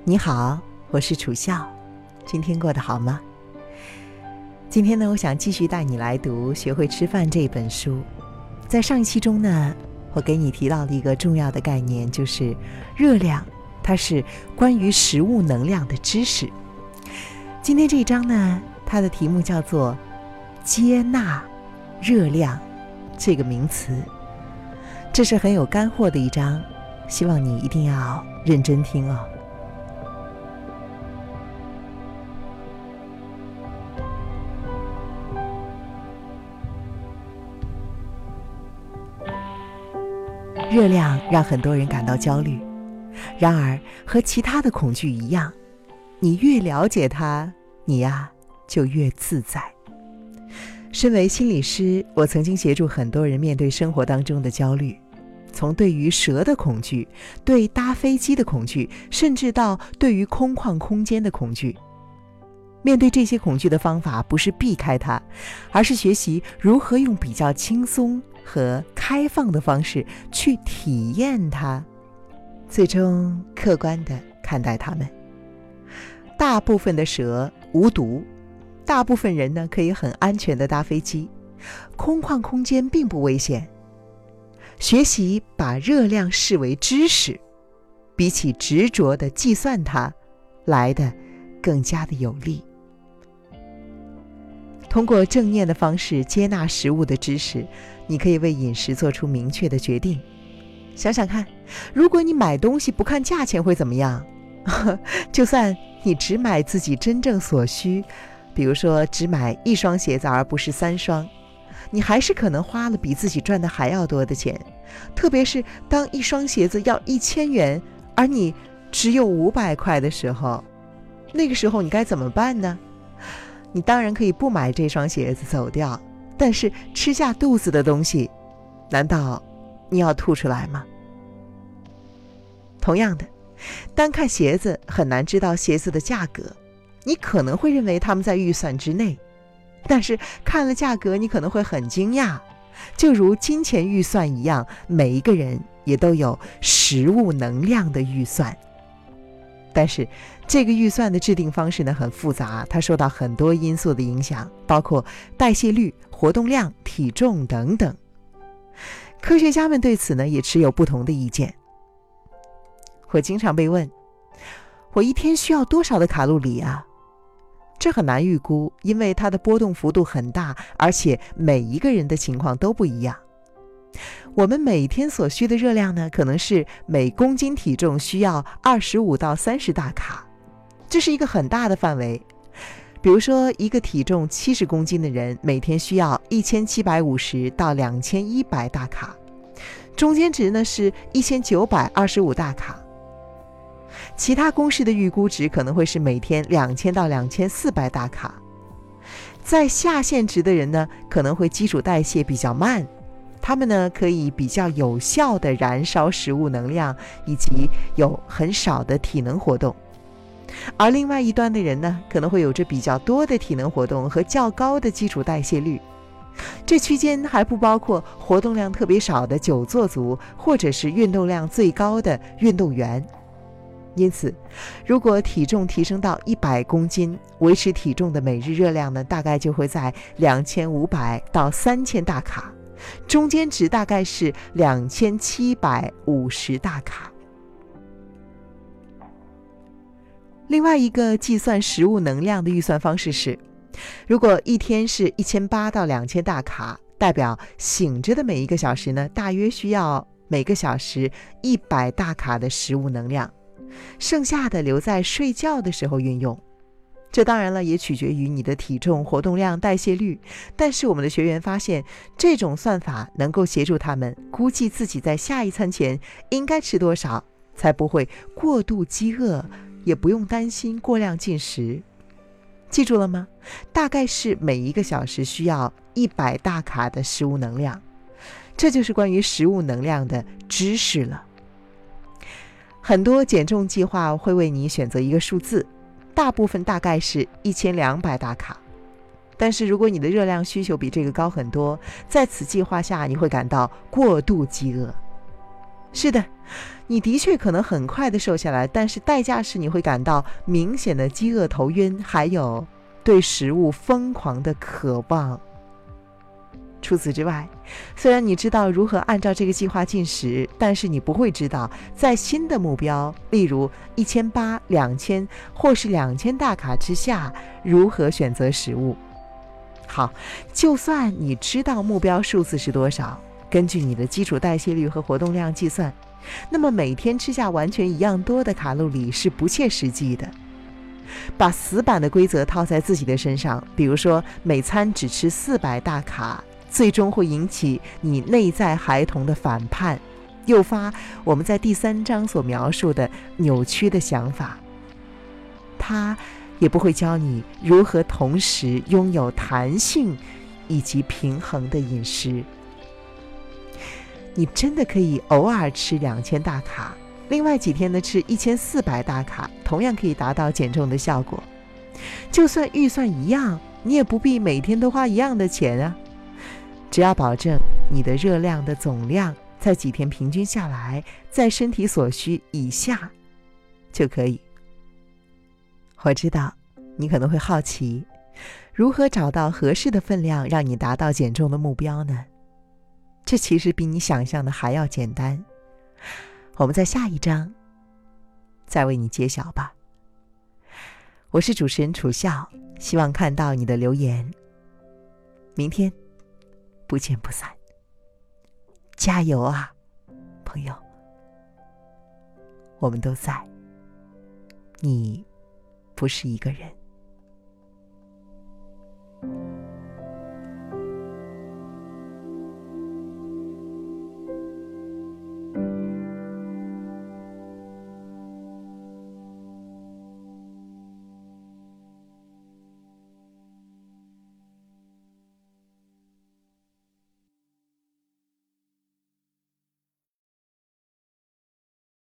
你好，我是楚笑，今天过得好吗？今天呢，我想继续带你来读《学会吃饭》这本书。在上一期中呢，我给你提到了一个重要的概念，就是热量，它是关于食物能量的知识。今天这一章呢，它的题目叫做接纳热量这个名词，这是很有干货的一章，希望你一定要认真听哦。热量让很多人感到焦虑，然而和其他的恐惧一样，你越了解它，你就越自在。身为心理师，我曾经协助很多人面对生活当中的焦虑，从对于蛇的恐惧，对搭飞机的恐惧，甚至到对于空旷空间的恐惧。面对这些恐惧的方法不是避开它，而是学习如何用比较轻松和开放的方式去体验它，最终客观地看待它们。大部分的蛇无毒，大部分人呢可以很安全地搭飞机，空旷空间并不危险。学习把热量视为知识，比起执着地计算它来得更加的有利。通过正念的方式接纳食物的知识，你可以为饮食做出明确的决定。想想看，如果你买东西不看价钱会怎么样？就算你只买自己真正所需，比如说只买1双鞋子而不是3双，你还是可能花了比自己赚的还要多的钱。特别是当1双鞋子要1000元，而你只有500块的时候，那个时候你该怎么办呢？你当然可以不买这双鞋子走掉，但是吃下肚子的东西，难道你要吐出来吗？同样的，单看鞋子很难知道鞋子的价格，你可能会认为他们在预算之内，但是看了价格你可能会很惊讶。就如金钱预算一样，每一个人也都有食物能量的预算。但是这个预算的制定方式呢很复杂，它受到很多因素的影响，包括代谢率、活动量、体重等等。科学家们对此呢也持有不同的意见。我经常被问，我一天需要多少的卡路里啊？这很难预估，因为它的波动幅度很大，而且每一个人的情况都不一样。我们每天所需的热量呢，可能是每公斤体重需要25到30大卡，这是一个很大的范围。比如说，一个体重70公斤的人，每天需要1750到2100大卡，中间值呢是1925大卡。其他公式的预估值可能会是每天2000到2400大卡。在下限值的人呢，可能会基础代谢比较慢，他们呢可以比较有效地燃烧食物能量，以及有很少的体能活动。而另外一端的人呢，可能会有着比较多的体能活动和较高的基础代谢率。这区间还不包括活动量特别少的久坐族，或者是运动量最高的运动员。因此，如果体重提升到100公斤，维持体重的每日热量呢，大概就会在2500到3000大卡，中间值大概是2750大卡。另外一个计算食物能量的预算方式是，如果一天是1800到2000大卡，代表醒着的每一个小时呢，大约需要每个小时100大卡的食物能量，剩下的留在睡觉的时候运用。这当然了，也取决于你的体重、活动量、代谢率，但是我们的学员发现，这种算法能够协助他们估计自己在下一餐前应该吃多少，才不会过度饥饿，也不用担心过量进食。记住了吗？大概是每一个小时需要100大卡的食物能量。这就是关于食物能量的知识了。很多减重计划会为你选择一个数字，大部分大概是1200大卡。但是如果你的热量需求比这个高很多，在此计划下你会感到过度饥饿。 是的，你的确可能很快的瘦下来，但是代价是你会感到明显的饥饿、头晕，还有对食物疯狂的渴望。除此之外，虽然你知道如何按照这个计划进食，但是你不会知道在新的目标，例如1800、2000或是2000大卡之下，如何选择食物。好，就算你知道目标数字是多少，根据你的基础代谢率和活动量计算，那么每天吃下完全一样多的卡路里是不切实际的。把死板的规则套在自己的身上，比如说每餐只吃400大卡，最终会引起你内在孩童的反叛，诱发我们在第3章所描述的扭曲的想法。它也不会教你如何同时拥有弹性以及平衡的饮食。你真的可以偶尔吃2000大卡，另外几天呢吃1400大卡，同样可以达到减重的效果。就算预算一样，你也不必每天都花一样的钱啊。只要保证你的热量的总量在几天平均下来在身体所需以下就可以。我知道你可能会好奇，如何找到合适的分量让你达到减重的目标呢？这其实比你想象的还要简单。我们在下一章再为你揭晓吧。我是主持人楚笑，希望看到你的留言。明天不见不散，加油啊，朋友！我们都在，你不是一个人。